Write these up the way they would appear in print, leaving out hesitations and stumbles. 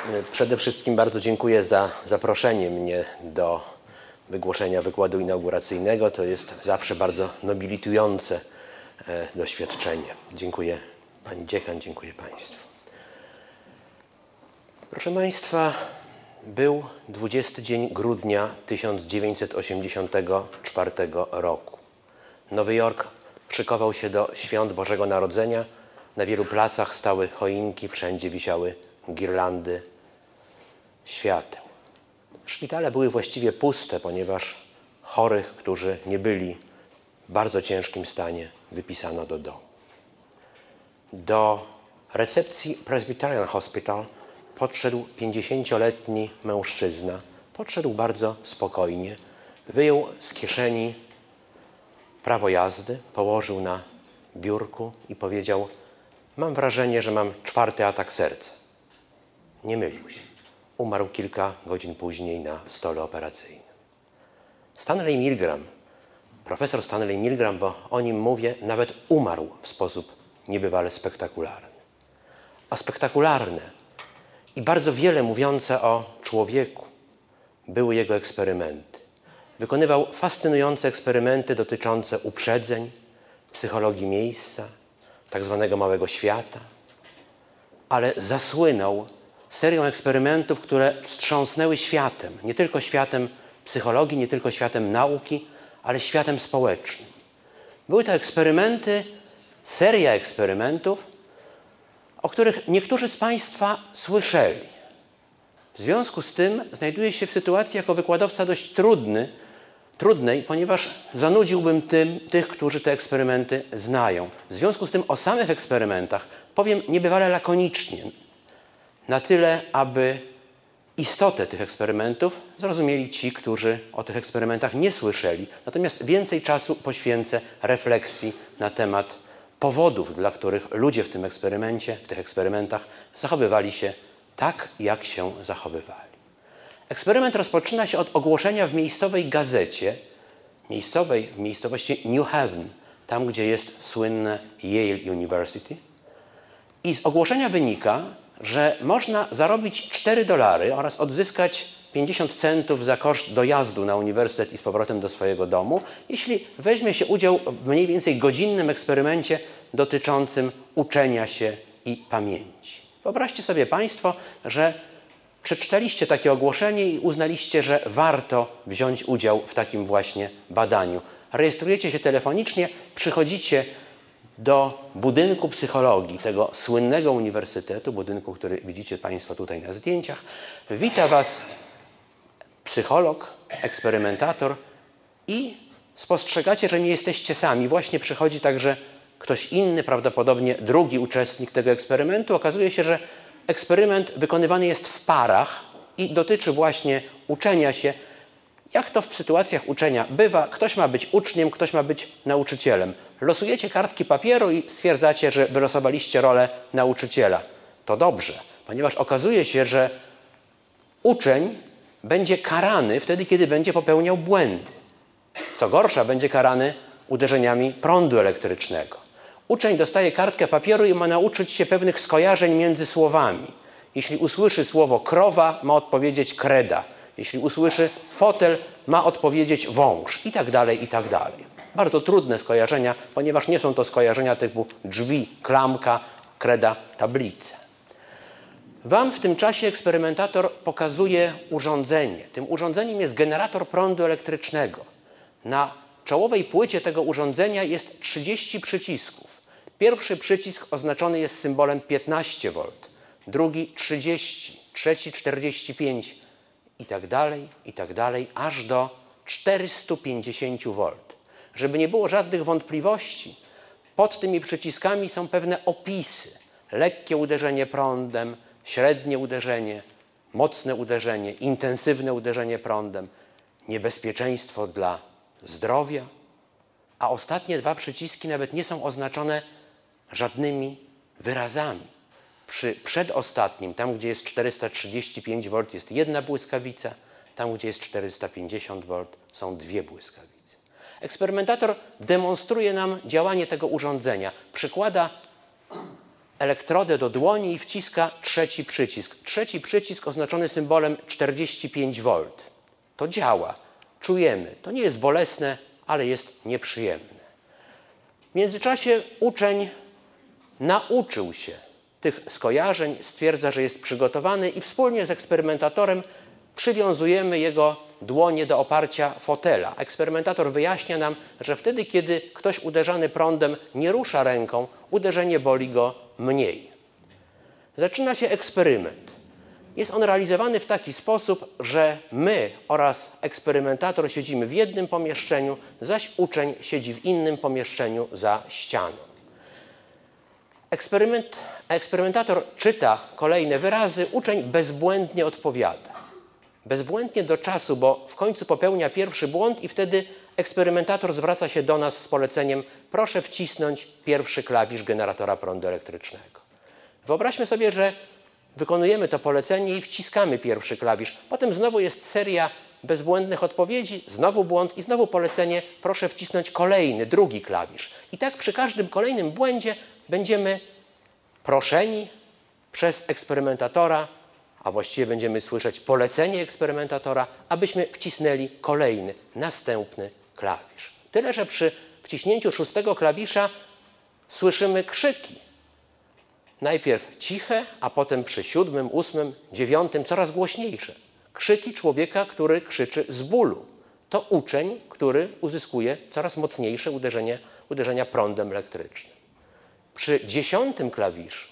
Przede wszystkim bardzo dziękuję za zaproszenie mnie do wygłoszenia wykładu inauguracyjnego. To jest zawsze bardzo nobilitujące doświadczenie. Dziękuję Pani Dziekan, dziękuję Państwu. Proszę Państwa, był 20 dzień grudnia 1984 roku. Nowy Jork szykował się do świąt Bożego Narodzenia. Na wielu placach stały choinki, wszędzie wisiały girlandy świateł. Szpitale były właściwie puste, ponieważ chorych, którzy nie byli w bardzo ciężkim stanie, wypisano do domu. Do recepcji Presbyterian Hospital podszedł 50-letni mężczyzna. Podszedł bardzo spokojnie, wyjął z kieszeni prawo jazdy, położył na biurku i powiedział: mam wrażenie, że mam 4. atak serca. Nie mylił się. Umarł kilka godzin później na stole operacyjnym. Stanley Milgram, profesor Stanley Milgram, bo o nim mówię, nawet umarł w sposób niebywale spektakularny. A spektakularne i bardzo wiele mówiące o człowieku były jego eksperymenty. Wykonywał fascynujące eksperymenty dotyczące uprzedzeń, psychologii miejsca, tak zwanego małego świata, ale zasłynął serią eksperymentów, które wstrząsnęły światem, nie tylko światem psychologii, nie tylko światem nauki, ale światem społecznym. Były to eksperymenty, seria eksperymentów, o których niektórzy z Państwa słyszeli. W związku z tym znajduję się w sytuacji jako wykładowca dość trudnej, ponieważ zanudziłbym tych, którzy te eksperymenty znają. W związku z tym o samych eksperymentach powiem niebywale lakonicznie, na tyle, aby istotę tych eksperymentów zrozumieli ci, którzy o tych eksperymentach nie słyszeli. Natomiast więcej czasu poświęcę refleksji na temat powodów, dla których ludzie w tych eksperymentach zachowywali się tak, jak się zachowywali. Eksperyment rozpoczyna się od ogłoszenia w miejscowej gazecie, w miejscowości New Haven, tam gdzie jest słynne Yale University. I z ogłoszenia wynika, że można zarobić $4 oraz odzyskać 50 centów za koszt dojazdu na uniwersytet i z powrotem do swojego domu, jeśli weźmie się udział w mniej więcej godzinnym eksperymencie dotyczącym uczenia się i pamięci. Wyobraźcie sobie Państwo, że przeczytaliście takie ogłoszenie i uznaliście, że warto wziąć udział w takim właśnie badaniu. Rejestrujecie się telefonicznie, przychodzicie do budynku psychologii, tego słynnego uniwersytetu, budynku, który widzicie Państwo tutaj na zdjęciach. Wita Was psycholog, eksperymentator i spostrzegacie, że nie jesteście sami. Właśnie przychodzi także ktoś inny, prawdopodobnie drugi uczestnik tego eksperymentu. Okazuje się, że eksperyment wykonywany jest w parach i dotyczy właśnie uczenia się. Jak to w sytuacjach uczenia bywa, ktoś ma być uczniem, ktoś ma być nauczycielem. Losujecie kartki papieru i stwierdzacie, że wylosowaliście rolę nauczyciela. To dobrze, ponieważ okazuje się, że uczeń będzie karany wtedy, kiedy będzie popełniał błędy. Co gorsza, będzie karany uderzeniami prądu elektrycznego. Uczeń dostaje kartkę papieru i ma nauczyć się pewnych skojarzeń między słowami. Jeśli usłyszy słowo krowa, ma odpowiedzieć kreda. Jeśli usłyszy fotel, ma odpowiedzieć wąż i tak dalej, i tak dalej. Bardzo trudne skojarzenia, ponieważ nie są to skojarzenia typu drzwi, klamka, kreda, tablice. Wam w tym czasie eksperymentator pokazuje urządzenie. Tym urządzeniem jest generator prądu elektrycznego. Na czołowej płycie tego urządzenia jest 30 przycisków. Pierwszy przycisk oznaczony jest symbolem 15 V, drugi 30, trzeci 45 i tak dalej, aż do 450 V. Żeby nie było żadnych wątpliwości, pod tymi przyciskami są pewne opisy. Lekkie uderzenie prądem, średnie uderzenie, mocne uderzenie, intensywne uderzenie prądem, niebezpieczeństwo dla zdrowia, a ostatnie 2 przyciski nawet nie są oznaczone żadnymi wyrazami. Przy przedostatnim, tam gdzie jest 435 V, jest 1 błyskawica, tam gdzie jest 450 V, są 2 błyskawice. Eksperymentator demonstruje nam działanie tego urządzenia. Przykłada elektrodę do dłoni i wciska trzeci przycisk. Trzeci przycisk oznaczony symbolem 45 V. To działa, czujemy. To nie jest bolesne, ale jest nieprzyjemne. W międzyczasie uczeń nauczył się tych skojarzeń, stwierdza, że jest przygotowany i wspólnie z eksperymentatorem przywiązujemy jego dłonie do oparcia fotela. Eksperymentator wyjaśnia nam, że wtedy, kiedy ktoś uderzany prądem nie rusza ręką, uderzenie boli go mniej. Zaczyna się eksperyment. Jest on realizowany w taki sposób, że my oraz eksperymentator siedzimy w jednym pomieszczeniu, zaś uczeń siedzi w innym pomieszczeniu za ścianą. Eksperymentator czyta kolejne wyrazy, uczeń bezbłędnie odpowiada. Bezbłędnie do czasu, bo w końcu popełnia pierwszy błąd i wtedy eksperymentator zwraca się do nas z poleceniem: proszę wcisnąć pierwszy klawisz generatora prądu elektrycznego. Wyobraźmy sobie, że wykonujemy to polecenie i wciskamy pierwszy klawisz. Potem znowu jest seria bezbłędnych odpowiedzi, znowu błąd i znowu polecenie: proszę wcisnąć kolejny, drugi klawisz. I tak przy każdym kolejnym błędzie będziemy proszeni przez eksperymentatora, a właściwie będziemy słyszeć polecenie eksperymentatora, abyśmy wcisnęli kolejny, następny klawisz. Tyle, że przy wciśnięciu szóstego klawisza słyszymy krzyki. Najpierw ciche, a potem przy 7., 8., 9. coraz głośniejsze. Krzyki człowieka, który krzyczy z bólu. To uczeń, który uzyskuje coraz mocniejsze uderzenia prądem elektrycznym. Przy 10. klawiszu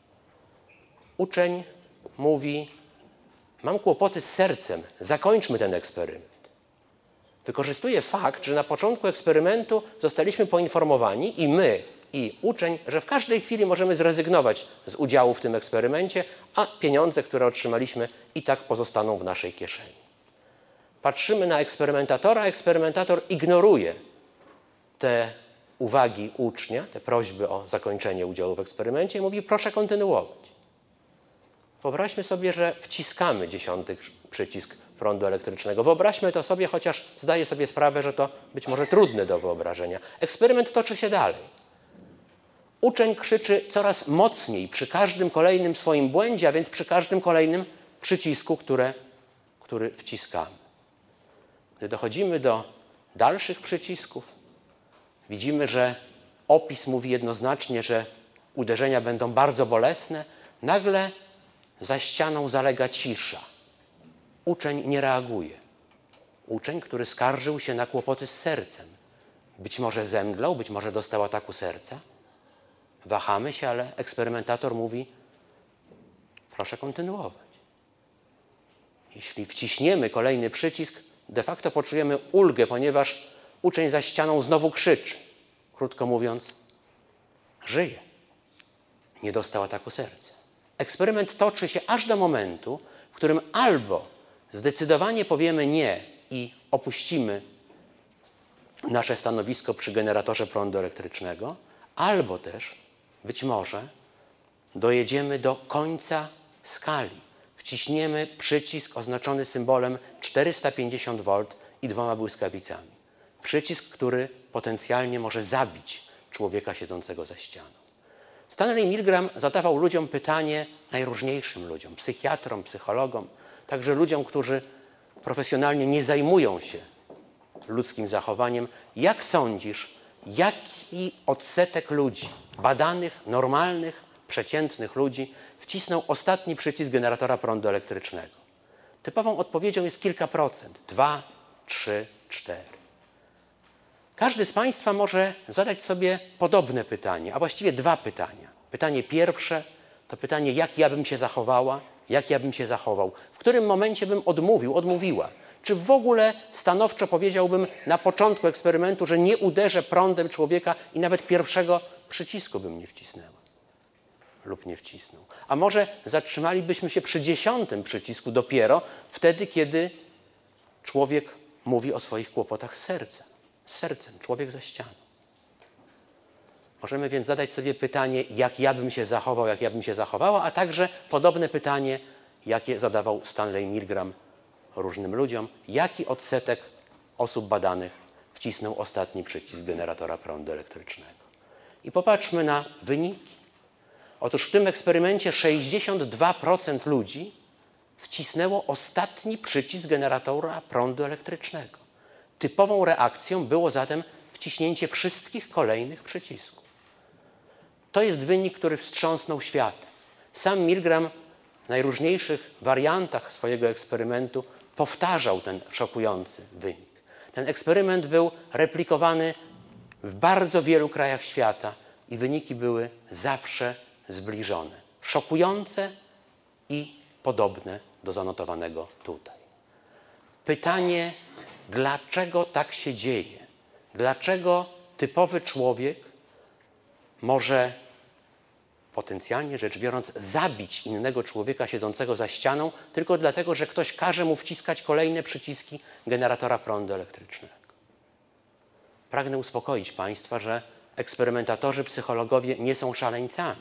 uczeń mówi: mam kłopoty z sercem, zakończmy ten eksperyment. Wykorzystuje fakt, że na początku eksperymentu zostaliśmy poinformowani i my, i uczeń, że w każdej chwili możemy zrezygnować z udziału w tym eksperymencie, a pieniądze, które otrzymaliśmy, i tak pozostaną w naszej kieszeni. Patrzymy na eksperymentatora, eksperymentator ignoruje te uwagi ucznia, te prośby o zakończenie udziału w eksperymencie i mówi: proszę kontynuować. Wyobraźmy sobie, że wciskamy 10. przycisk prądu elektrycznego. Wyobraźmy to sobie, chociaż zdaję sobie sprawę, że to być może trudne do wyobrażenia. Eksperyment toczy się dalej. Uczeń krzyczy coraz mocniej przy każdym kolejnym swoim błędzie, a więc przy każdym kolejnym przycisku, który wciskamy. Gdy dochodzimy do dalszych przycisków, widzimy, że opis mówi jednoznacznie, że uderzenia będą bardzo bolesne. Nagle za ścianą zalega cisza. Uczeń nie reaguje. Uczeń, który skarżył się na kłopoty z sercem. Być może zemdlał, być może dostał ataku serca. Wahamy się, ale eksperymentator mówi: proszę kontynuować. Jeśli wciśniemy kolejny przycisk, de facto poczujemy ulgę, ponieważ uczeń za ścianą znowu krzyczy. Krótko mówiąc, żyje. Nie dostał ataku serca. Eksperyment toczy się aż do momentu, w którym albo zdecydowanie powiemy nie i opuścimy nasze stanowisko przy generatorze prądu elektrycznego, albo też być może dojedziemy do końca skali. Wciśniemy przycisk oznaczony symbolem 450 V i 2 błyskawicami. Przycisk, który potencjalnie może zabić człowieka siedzącego za ścianą. Stanley Milgram zadawał ludziom pytanie, najróżniejszym ludziom, psychiatrom, psychologom, także ludziom, którzy profesjonalnie nie zajmują się ludzkim zachowaniem: jak sądzisz, jaki odsetek ludzi, badanych, normalnych, przeciętnych ludzi, wcisnął ostatni przycisk generatora prądu elektrycznego? Typową odpowiedzią jest kilka procent. 2, 3, 4. Każdy z Państwa może zadać sobie podobne pytanie, a właściwie dwa pytania. Pytanie pierwsze to pytanie: jak ja bym się zachowała, jak ja bym się zachował, w którym momencie bym odmówiła. Czy w ogóle stanowczo powiedziałbym na początku eksperymentu, że nie uderzę prądem człowieka i nawet pierwszego przycisku bym nie wcisnęła lub nie wcisnął. A może zatrzymalibyśmy się przy 10. przycisku dopiero wtedy, kiedy człowiek mówi o swoich kłopotach z sercem, człowiek za ścianą. Możemy więc zadać sobie pytanie, jak ja bym się zachował, jak ja bym się zachowała, a także podobne pytanie, jakie zadawał Stanley Milgram różnym ludziom: jaki odsetek osób badanych wcisnął ostatni przycisk generatora prądu elektrycznego. I popatrzmy na wyniki. Otóż w tym eksperymencie 62% ludzi wcisnęło ostatni przycisk generatora prądu elektrycznego. Typową reakcją było zatem wciśnięcie wszystkich kolejnych przycisków. To jest wynik, który wstrząsnął światem. Sam Milgram w najróżniejszych wariantach swojego eksperymentu powtarzał ten szokujący wynik. Ten eksperyment był replikowany w bardzo wielu krajach świata i wyniki były zawsze zbliżone. Szokujące i podobne do zanotowanego tutaj. Pytanie, dlaczego tak się dzieje? Dlaczego typowy człowiek może potencjalnie rzecz biorąc zabić innego człowieka siedzącego za ścianą tylko dlatego, że ktoś każe mu wciskać kolejne przyciski generatora prądu elektrycznego? Pragnę uspokoić Państwa, że eksperymentatorzy, psychologowie nie są szaleńcami.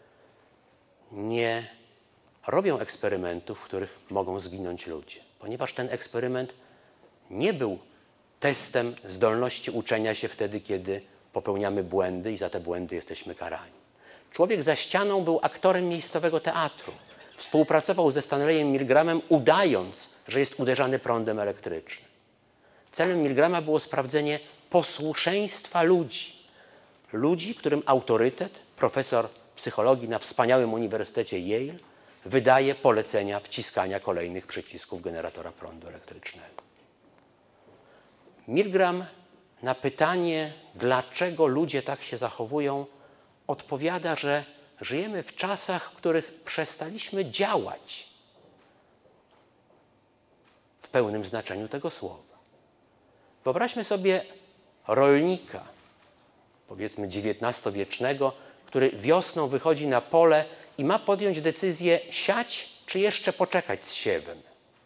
Nie robią eksperymentów, w których mogą zginąć ludzie, ponieważ ten eksperyment nie był testem zdolności uczenia się wtedy, kiedy popełniamy błędy i za te błędy jesteśmy karani. Człowiek za ścianą był aktorem miejscowego teatru. Współpracował ze Stanleyem Milgramem, udając, że jest uderzany prądem elektrycznym. Celem Milgrama było sprawdzenie posłuszeństwa ludzi. Ludzi, którym autorytet, profesor psychologii na wspaniałym Uniwersytecie Yale, wydaje polecenia wciskania kolejnych przycisków generatora prądu elektrycznego. Milgram na pytanie, dlaczego ludzie tak się zachowują, odpowiada, że żyjemy w czasach, w których przestaliśmy działać w pełnym znaczeniu tego słowa. Wyobraźmy sobie rolnika, powiedzmy XIX-wiecznego, który wiosną wychodzi na pole i ma podjąć decyzję siać, czy jeszcze poczekać z siewem.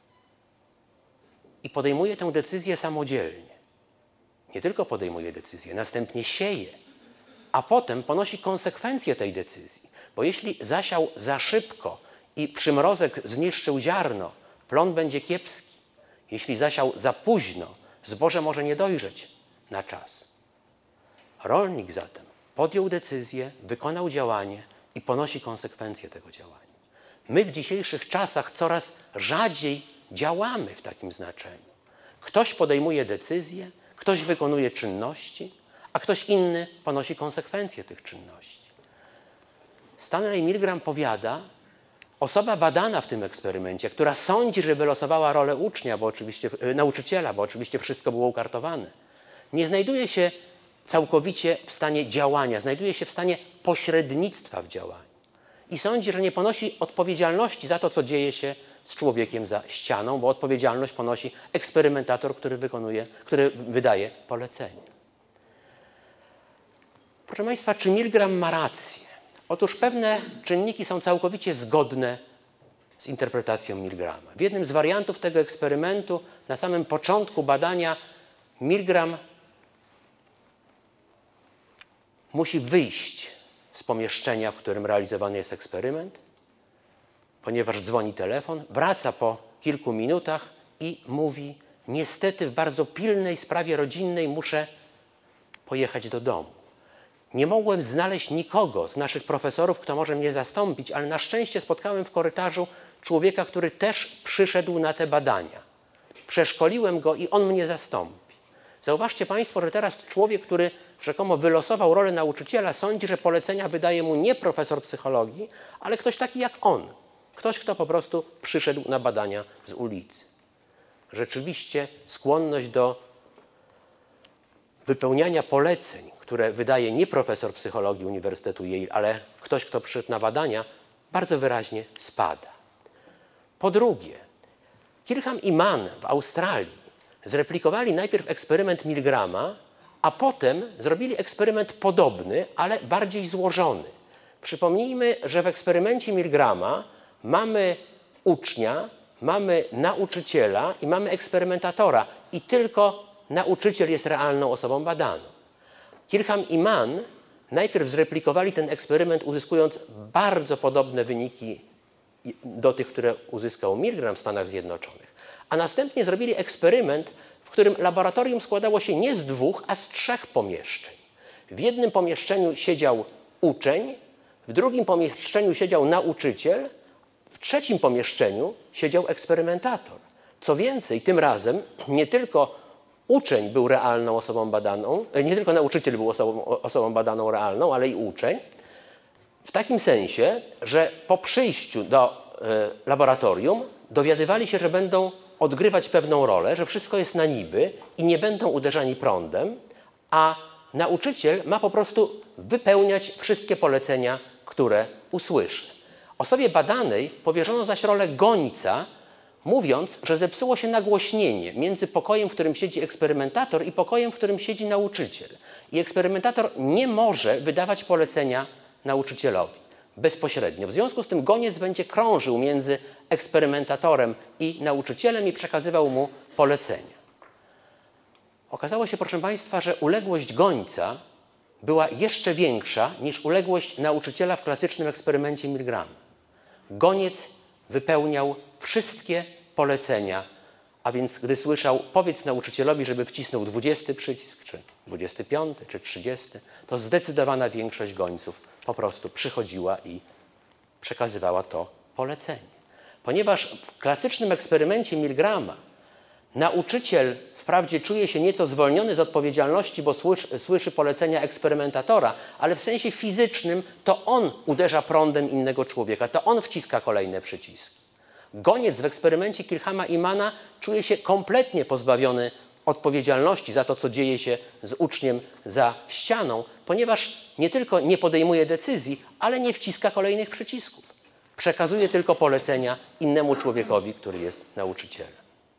I podejmuje tę decyzję samodzielnie. Nie tylko podejmuje decyzję, następnie sieje, a potem ponosi konsekwencje tej decyzji. Bo jeśli zasiał za szybko i przymrozek zniszczył ziarno, plon będzie kiepski. Jeśli zasiał za późno, zboże może nie dojrzeć na czas. Rolnik zatem podjął decyzję, wykonał działanie i ponosi konsekwencje tego działania. My w dzisiejszych czasach coraz rzadziej działamy w takim znaczeniu. Ktoś podejmuje decyzję, ktoś wykonuje czynności, a ktoś inny ponosi konsekwencje tych czynności. Stanley Milgram powiada, osoba badana w tym eksperymencie, która sądzi, że wylosowała rolę ucznia, nauczyciela, bo oczywiście wszystko było ukartowane, nie znajduje się całkowicie w stanie działania, znajduje się w stanie pośrednictwa w działaniu. I sądzi, że nie ponosi odpowiedzialności za to, co dzieje się z człowiekiem za ścianą, bo odpowiedzialność ponosi eksperymentator, który wydaje polecenie. Proszę Państwa, czy Milgram ma rację? Otóż pewne czynniki są całkowicie zgodne z interpretacją Milgrama. W jednym z wariantów tego eksperymentu, na samym początku badania, Milgram musi wyjść z pomieszczenia, w którym realizowany jest eksperyment, ponieważ dzwoni telefon, wraca po kilku minutach i mówi: niestety w bardzo pilnej sprawie rodzinnej muszę pojechać do domu. Nie mogłem znaleźć nikogo z naszych profesorów, kto może mnie zastąpić, ale na szczęście spotkałem w korytarzu człowieka, który też przyszedł na te badania. Przeszkoliłem go i on mnie zastąpi. Zauważcie Państwo, że teraz człowiek, który rzekomo wylosował rolę nauczyciela, sądzi, że polecenia wydaje mu nie profesor psychologii, ale ktoś taki jak on. Ktoś, kto po prostu przyszedł na badania z ulicy. Rzeczywiście skłonność do wypełniania poleceń, które wydaje nie profesor psychologii Uniwersytetu Yale, ale ktoś, kto przyszedł na badania, bardzo wyraźnie spada. Po drugie, Kirkham i Mann w Australii zreplikowali najpierw eksperyment Milgrama, a potem zrobili eksperyment podobny, ale bardziej złożony. Przypomnijmy, że w eksperymencie Milgrama mamy ucznia, mamy nauczyciela i mamy eksperymentatora i tylko nauczyciel jest realną osobą badaną. Kirkham i Mann najpierw zreplikowali ten eksperyment, uzyskując bardzo podobne wyniki do tych, które uzyskał Milgram w Stanach Zjednoczonych. A następnie zrobili eksperyment, w którym laboratorium składało się nie z 2, a z 3 pomieszczeń. W jednym pomieszczeniu siedział uczeń, w drugim pomieszczeniu siedział nauczyciel, w trzecim pomieszczeniu siedział eksperymentator. Co więcej, tym razem nie tylko uczeń był realną osobą badaną, nie tylko nauczyciel był osobą badaną realną, ale i uczeń. W takim sensie, że po przyjściu do laboratorium dowiadywali się, że będą odgrywać pewną rolę, że wszystko jest na niby i nie będą uderzani prądem, a nauczyciel ma po prostu wypełniać wszystkie polecenia, które usłyszy. Osobie badanej powierzono zaś rolę gońca, mówiąc, że zepsuło się nagłośnienie między pokojem, w którym siedzi eksperymentator i pokojem, w którym siedzi nauczyciel. I eksperymentator nie może wydawać polecenia nauczycielowi bezpośrednio. W związku z tym goniec będzie krążył między eksperymentatorem i nauczycielem i przekazywał mu polecenia. Okazało się, proszę Państwa, że uległość gońca była jeszcze większa niż uległość nauczyciela w klasycznym eksperymencie Milgrama. Goniec wypełniał wszystkie polecenia, a więc gdy słyszał, powiedz nauczycielowi, żeby wcisnął 20 przycisk, czy 25, czy 30, to zdecydowana większość gońców po prostu przychodziła i przekazywała to polecenie. Ponieważ w klasycznym eksperymencie Milgrama nauczyciel wprawdzie czuje się nieco zwolniony z odpowiedzialności, bo słyszy polecenia eksperymentatora, ale w sensie fizycznym to on uderza prądem innego człowieka, to on wciska kolejne przyciski. Goniec w eksperymencie Kirchama i Mana czuje się kompletnie pozbawiony odpowiedzialności za to, co dzieje się z uczniem za ścianą, ponieważ nie tylko nie podejmuje decyzji, ale nie wciska kolejnych przycisków. Przekazuje tylko polecenia innemu człowiekowi, który jest nauczycielem.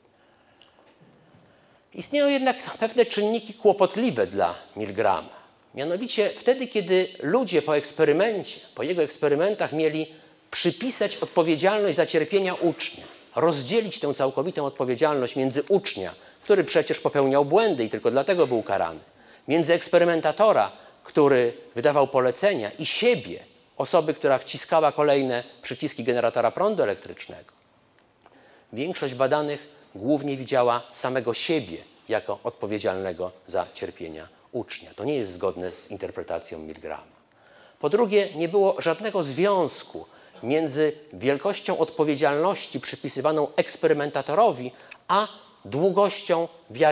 Istnieją jednak pewne czynniki kłopotliwe dla Milgrama. Mianowicie wtedy, kiedy ludzie po jego eksperymentach mieli przypisać odpowiedzialność za cierpienia ucznia, rozdzielić tę całkowitą odpowiedzialność między ucznia, który przecież popełniał błędy i tylko dlatego był karany, między eksperymentatora, który wydawał polecenia, i siebie, osoby, która wciskała kolejne przyciski generatora prądu elektrycznego. Większość badanych głównie widziała samego siebie jako odpowiedzialnego za cierpienia ucznia. To nie jest zgodne z interpretacją Milgrama. Po drugie, nie było żadnego związku między wielkością odpowiedzialności przypisywaną eksperymentatorowi, a długością,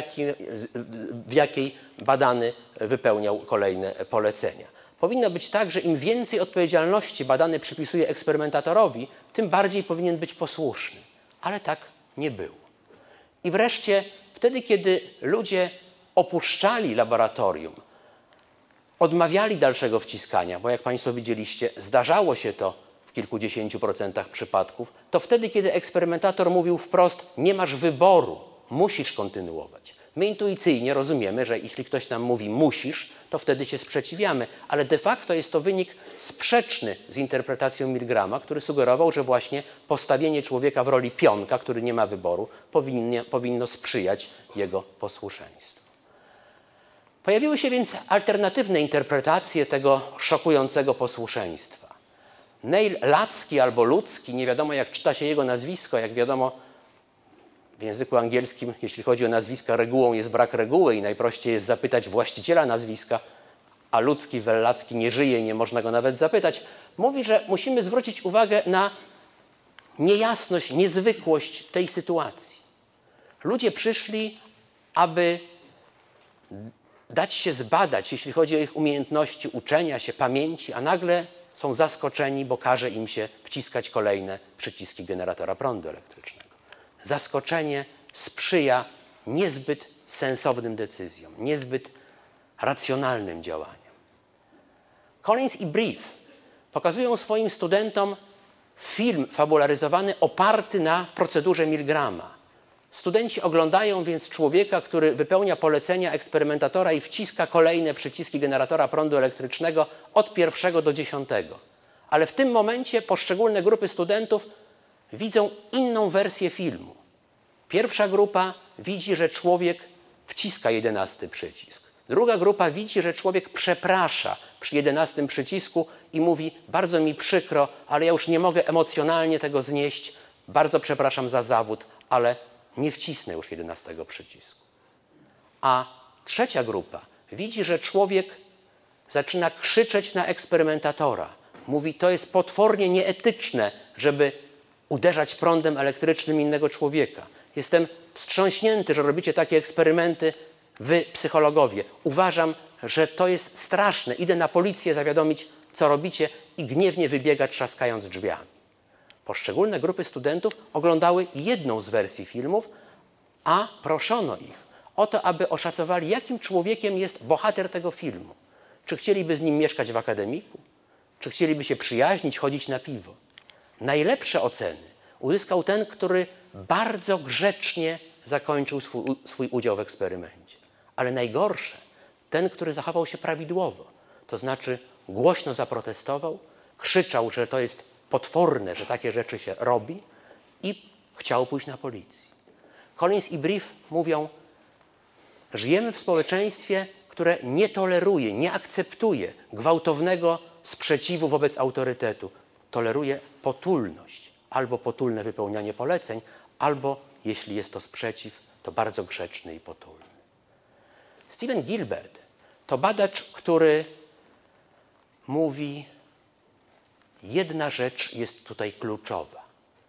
w jakiej badany wypełniał kolejne polecenia. Powinno być tak, że im więcej odpowiedzialności badany przypisuje eksperymentatorowi, tym bardziej powinien być posłuszny. Ale tak nie było. I wreszcie wtedy, kiedy ludzie opuszczali laboratorium, odmawiali dalszego wciskania, bo jak Państwo widzieliście, zdarzało się to w kilkudziesięciu procentach przypadków, to wtedy, kiedy eksperymentator mówił wprost, nie masz wyboru, musisz kontynuować. My intuicyjnie rozumiemy, że jeśli ktoś nam mówi musisz, to wtedy się sprzeciwiamy, ale de facto jest to wynik sprzeczny z interpretacją Milgrama, który sugerował, że właśnie postawienie człowieka w roli pionka, który nie ma wyboru, powinno sprzyjać jego posłuszeństwu. Pojawiły się więc alternatywne interpretacje tego szokującego posłuszeństwa. Neil Lacki albo Ludzki, nie wiadomo jak czyta się jego nazwisko, jak wiadomo w języku angielskim, jeśli chodzi o nazwiska, regułą jest brak reguły i najprościej jest zapytać właściciela nazwiska, a Ludzki, Wellacki nie żyje i nie można go nawet zapytać. Mówi, że musimy zwrócić uwagę na niejasność, niezwykłość tej sytuacji. Ludzie przyszli, aby dać się zbadać, jeśli chodzi o ich umiejętności uczenia się, pamięci, a nagle są zaskoczeni, bo każe im się wciskać kolejne przyciski generatora prądu elektrycznego. Zaskoczenie sprzyja niezbyt sensownym decyzjom, niezbyt racjonalnym działaniom. Collins i Brief pokazują swoim studentom film fabularyzowany oparty na procedurze Milgrama. Studenci oglądają więc człowieka, który wypełnia polecenia eksperymentatora i wciska kolejne przyciski generatora prądu elektrycznego od 1 do 10. Ale w tym momencie poszczególne grupy studentów widzą inną wersję filmu. Pierwsza grupa widzi, że człowiek wciska 11 przycisk. Druga grupa widzi, że człowiek przeprasza przy 11 przycisku i mówi, bardzo mi przykro, ale ja już nie mogę emocjonalnie tego znieść, bardzo przepraszam za zawód, ale nie wcisnę już 11 przycisku. A trzecia grupa widzi, że człowiek zaczyna krzyczeć na eksperymentatora. mówi, to jest potwornie nieetyczne, żeby uderzać prądem elektrycznym innego człowieka. Jestem wstrząśnięty, że robicie takie eksperymenty, wy, psychologowie. Uważam, że to jest straszne. Idę na policję zawiadomić, co robicie i gniewnie wybiegać, trzaskając drzwiami. Poszczególne grupy studentów oglądały jedną z wersji filmów, a proszono ich o to, aby oszacowali, jakim człowiekiem jest bohater tego filmu. Czy chcieliby z nim mieszkać w akademiku? Czy chcieliby się przyjaźnić, chodzić na piwo? Najlepsze oceny uzyskał ten, który bardzo grzecznie zakończył swój udział w eksperymencie. Ale najgorsze, ten, który zachował się prawidłowo. To znaczy głośno zaprotestował, krzyczał, że to jest potworne, że takie rzeczy się robi i chciał pójść na policję. Collins i Brief mówią, żyjemy w społeczeństwie, które nie toleruje, nie akceptuje gwałtownego sprzeciwu wobec autorytetu. Toleruje potulność, albo potulne wypełnianie poleceń, albo, jeśli jest to sprzeciw, to bardzo grzeczny i potulny. Steven Gilbert to badacz, który mówi, jedna rzecz jest tutaj kluczowa.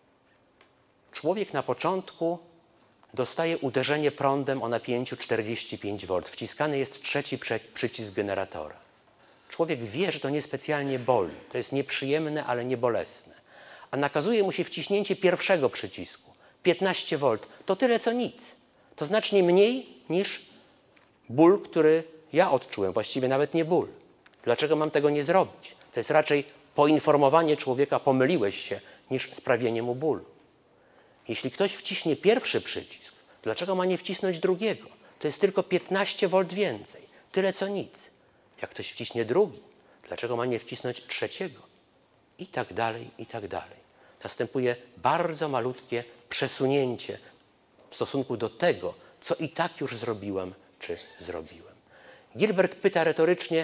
Człowiek na początku dostaje uderzenie prądem o napięciu 45 V. Wciskany jest trzeci przycisk generatora. Człowiek wie, że to niespecjalnie boli. To jest nieprzyjemne, ale nie bolesne. A nakazuje mu się wciśnięcie pierwszego przycisku. 15 V. To tyle, co nic. To znacznie mniej niż ból, który ja odczułem. Właściwie nawet nie ból. Dlaczego mam tego nie zrobić? To jest raczej poinformowanie człowieka, pomyliłeś się, niż sprawienie mu bólu. Jeśli ktoś wciśnie pierwszy przycisk, dlaczego ma nie wcisnąć drugiego? To jest tylko 15 V więcej. Tyle, co nic. Jak ktoś wciśnie drugi, dlaczego ma nie wcisnąć trzeciego? I tak dalej, i tak dalej. Następuje bardzo malutkie przesunięcie w stosunku do tego, co i tak już zrobiłam, czy zrobiłem. Gilbert pyta retorycznie,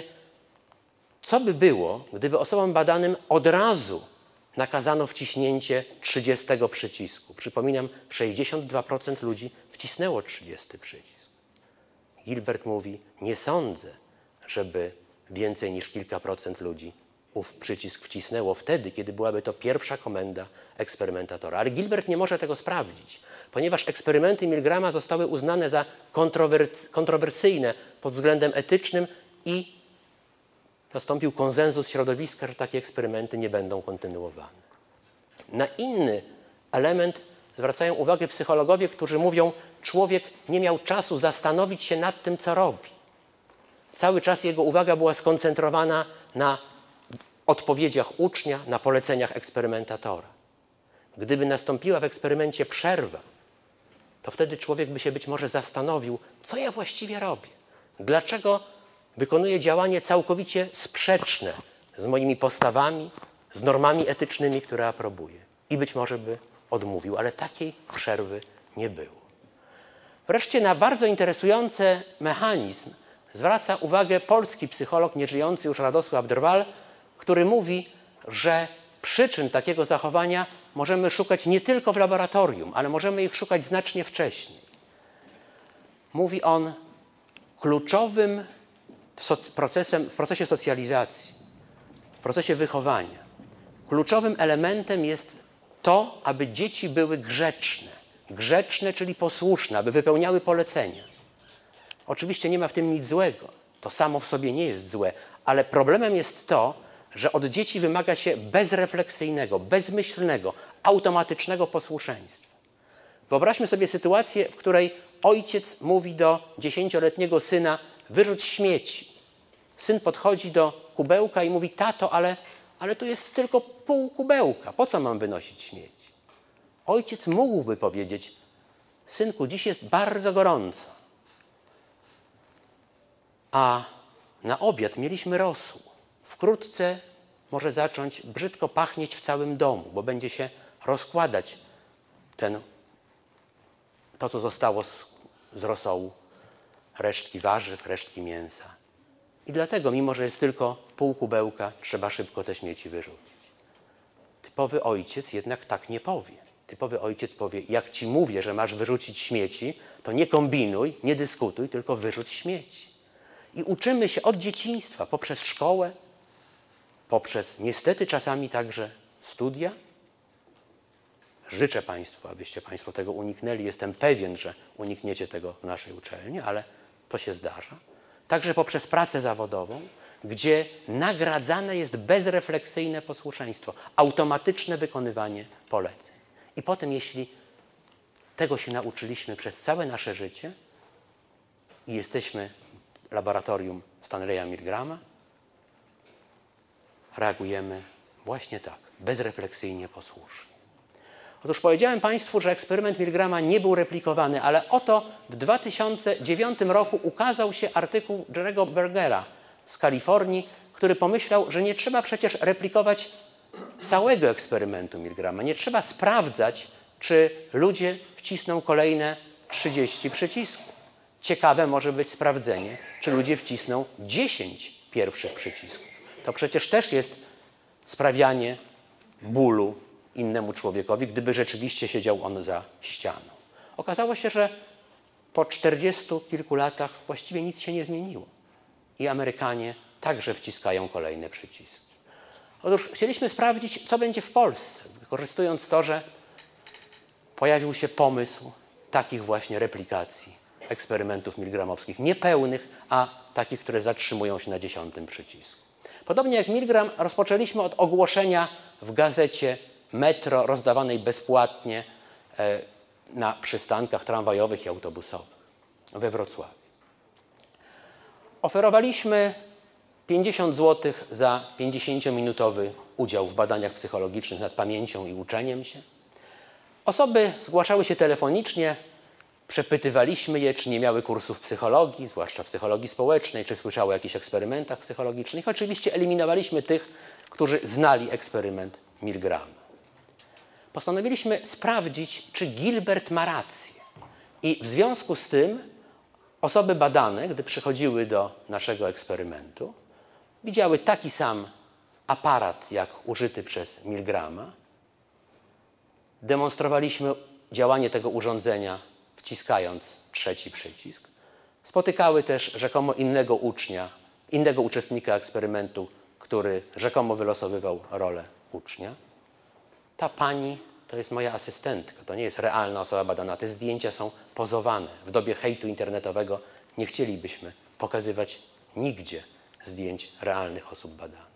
co by było, gdyby osobom badanym od razu nakazano wciśnięcie 30 przycisku. Przypominam, 62% ludzi wcisnęło 30 przycisk. Gilbert mówi, nie sądzę, żeby więcej niż kilka procent ludzi ów przycisk wcisnęło wtedy, kiedy byłaby to pierwsza komenda eksperymentatora. Ale Gilbert nie może tego sprawdzić, ponieważ eksperymenty Milgrama zostały uznane za kontrowersyjne pod względem etycznym i nastąpił konsensus środowiska, że takie eksperymenty nie będą kontynuowane. Na inny element zwracają uwagę psychologowie, którzy mówią, człowiek nie miał czasu zastanowić się nad tym, co robi. Cały czas jego uwaga była skoncentrowana na odpowiedziach ucznia, na poleceniach eksperymentatora. Gdyby nastąpiła w eksperymencie przerwa, to wtedy człowiek by się być może zastanowił, co ja właściwie robię. Dlaczego wykonuję działanie całkowicie sprzeczne z moimi postawami, z normami etycznymi, które aprobuję. I być może by odmówił, ale takiej przerwy nie było. Wreszcie na bardzo interesujący mechanizm zwraca uwagę polski psycholog, nieżyjący już Radosław Drwal, który mówi, że przyczyn takiego zachowania możemy szukać nie tylko w laboratorium, ale możemy ich szukać znacznie wcześniej. Mówi on, kluczowym w procesie socjalizacji, w procesie wychowania, kluczowym elementem jest to, aby dzieci były grzeczne. Grzeczne, czyli posłuszne, aby wypełniały polecenia. Oczywiście nie ma w tym nic złego. To samo w sobie nie jest złe, ale problemem jest to, że od dzieci wymaga się bezrefleksyjnego, bezmyślnego, automatycznego posłuszeństwa. Wyobraźmy sobie sytuację, w której ojciec mówi do 10-letniego syna, wyrzuć śmieci. Syn podchodzi do kubełka i mówi, tato, ale tu jest tylko pół kubełka. Po co mam wynosić śmieci? Ojciec mógłby powiedzieć, synku, dziś jest bardzo gorąco, a na obiad mieliśmy rosół. Wkrótce może zacząć brzydko pachnieć w całym domu, bo będzie się rozkładać to, co zostało z rosołu, resztki warzyw, resztki mięsa. I dlatego, mimo że jest tylko pół kubełka, trzeba szybko te śmieci wyrzucić. Typowy ojciec jednak tak nie powie. Typowy ojciec powie, jak ci mówię, że masz wyrzucić śmieci, to nie kombinuj, nie dyskutuj, tylko wyrzuć śmieci. I uczymy się od dzieciństwa, poprzez szkołę, poprzez niestety czasami także studia. Życzę Państwu, abyście Państwo tego uniknęli. Jestem pewien, że unikniecie tego w naszej uczelni, ale to się zdarza. Także poprzez pracę zawodową, gdzie nagradzane jest bezrefleksyjne posłuszeństwo, automatyczne wykonywanie poleceń. I potem, jeśli tego się nauczyliśmy przez całe nasze życie i jesteśmy w laboratorium Stanleya Milgrama, reagujemy właśnie tak, bezrefleksyjnie posłusznie. Otóż powiedziałem Państwu, że eksperyment Milgrama nie był replikowany, ale oto w 2009 roku ukazał się artykuł Jerry'ego Bergera z Kalifornii, który pomyślał, że nie trzeba przecież replikować całego eksperymentu Milgrama. Nie trzeba sprawdzać, czy ludzie wcisną kolejne 30 przycisków. Ciekawe może być sprawdzenie, czy ludzie wcisną 10 pierwszych przycisków. To przecież też jest sprawianie bólu innemu człowiekowi, gdyby rzeczywiście siedział on za ścianą. Okazało się, że po 40 kilku latach właściwie nic się nie zmieniło. I Amerykanie także wciskają kolejne przyciski. Otóż chcieliśmy sprawdzić, co będzie w Polsce, wykorzystując to, że pojawił się pomysł takich właśnie replikacji eksperymentów milgramowskich. Niepełnych, a takich, które zatrzymują się na 10 przycisku. Podobnie jak Milgram rozpoczęliśmy od ogłoszenia w gazecie Metro rozdawanej bezpłatnie na przystankach tramwajowych i autobusowych we Wrocławiu. Oferowaliśmy 50 zł za 50-minutowy udział w badaniach psychologicznych nad pamięcią i uczeniem się. Osoby zgłaszały się telefonicznie, przepytywaliśmy je, czy nie miały kursów psychologii, zwłaszcza psychologii społecznej, czy słyszały o jakichś eksperymentach psychologicznych. Oczywiście eliminowaliśmy tych, którzy znali eksperyment Milgrama. Postanowiliśmy sprawdzić, czy Gilbert ma rację. I w związku z tym osoby badane, gdy przychodziły do naszego eksperymentu, widziały taki sam aparat, jak użyty przez Milgrama. Demonstrowaliśmy działanie tego urządzenia, wciskając 3. przycisk. Spotykały też rzekomo innego uczestnika eksperymentu, który rzekomo wylosowywał rolę ucznia. Ta pani to jest moja asystentka, to nie jest realna osoba badana. Te zdjęcia są pozowane. W dobie hejtu internetowego nie chcielibyśmy pokazywać nigdzie zdjęć realnych osób badanych.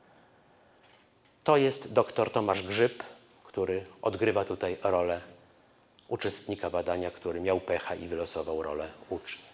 To jest dr Tomasz Grzyb, który odgrywa tutaj rolę uczestnika badania, który miał pecha i wylosował rolę ucznia.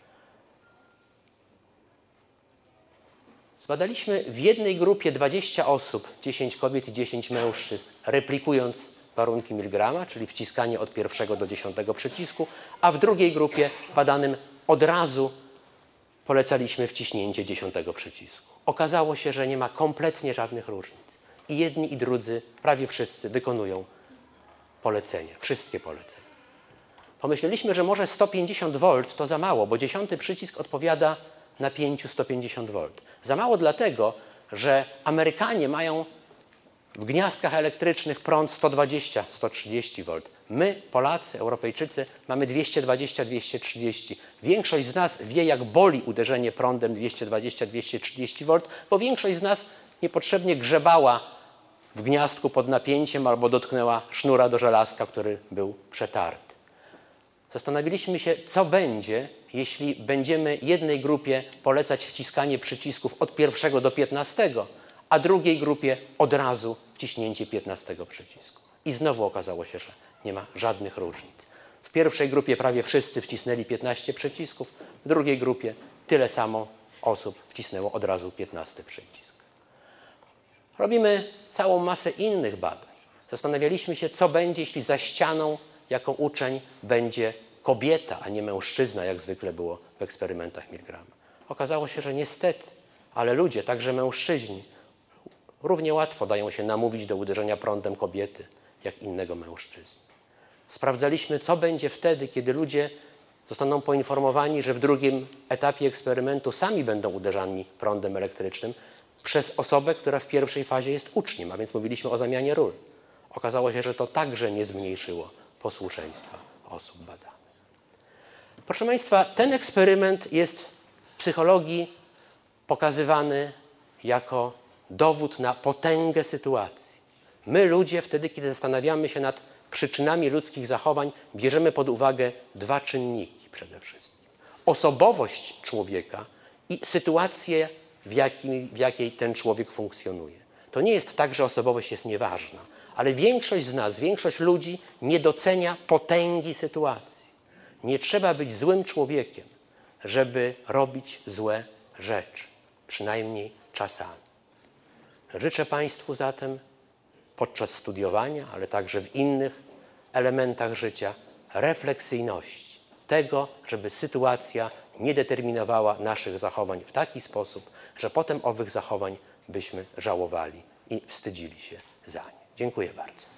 Zbadaliśmy w jednej grupie 20 osób, 10 kobiet i 10 mężczyzn, replikując warunki Milgrama, czyli wciskanie od 1 do 10 przycisku, a w drugiej grupie badanym od razu polecaliśmy wciśnięcie 10 przycisku. Okazało się, że nie ma kompletnie żadnych różnic. I jedni i drudzy, prawie wszyscy wykonują polecenia, wszystkie polecenia. Pomyśleliśmy, że może 150 V to za mało, bo 10 przycisk odpowiada napięciu 150 V. Za mało dlatego, że Amerykanie mają w gniazdkach elektrycznych prąd 120-130 V. My, Polacy, Europejczycy, mamy 220-230. Większość z nas wie, jak boli uderzenie prądem 220-230 V, bo większość z nas niepotrzebnie grzebała w gniazdku pod napięciem albo dotknęła sznura do żelazka, który był przetarty. Zastanowiliśmy się, co będzie, jeśli będziemy jednej grupie polecać wciskanie przycisków od 1 do 15, a drugiej grupie od razu wciśnięcie 15 przycisku. I znowu okazało się, że nie ma żadnych różnic. W pierwszej grupie prawie wszyscy wcisnęli 15 przycisków, w drugiej grupie tyle samo osób wcisnęło od razu 15 przycisk. Robimy całą masę innych badań. Zastanawialiśmy się, co będzie, jeśli za ścianą jako uczeń będzie kobieta, a nie mężczyzna, jak zwykle było w eksperymentach Milgrama. Okazało się, że niestety, ale ludzie, także mężczyźni, równie łatwo dają się namówić do uderzenia prądem kobiety, jak innego mężczyzny. Sprawdzaliśmy, co będzie wtedy, kiedy ludzie zostaną poinformowani, że w drugim etapie eksperymentu sami będą uderzani prądem elektrycznym przez osobę, która w pierwszej fazie jest uczniem, a więc mówiliśmy o zamianie ról. Okazało się, że to także nie zmniejszyło posłuszeństwa osób badanych. Proszę Państwa, ten eksperyment jest w psychologii pokazywany jako dowód na potęgę sytuacji. My ludzie wtedy, kiedy zastanawiamy się nad przyczynami ludzkich zachowań, bierzemy pod uwagę dwa czynniki przede wszystkim. Osobowość człowieka i sytuację, w jakiej ten człowiek funkcjonuje. To nie jest tak, że osobowość jest nieważna, ale większość z nas, większość ludzi nie docenia potęgi sytuacji. Nie trzeba być złym człowiekiem, żeby robić złe rzeczy, przynajmniej czasami. Życzę Państwu zatem podczas studiowania, ale także w innych elementach życia refleksyjności, tego, żeby sytuacja nie determinowała naszych zachowań w taki sposób, że potem owych zachowań byśmy żałowali i wstydzili się za nie. Dziękuję bardzo.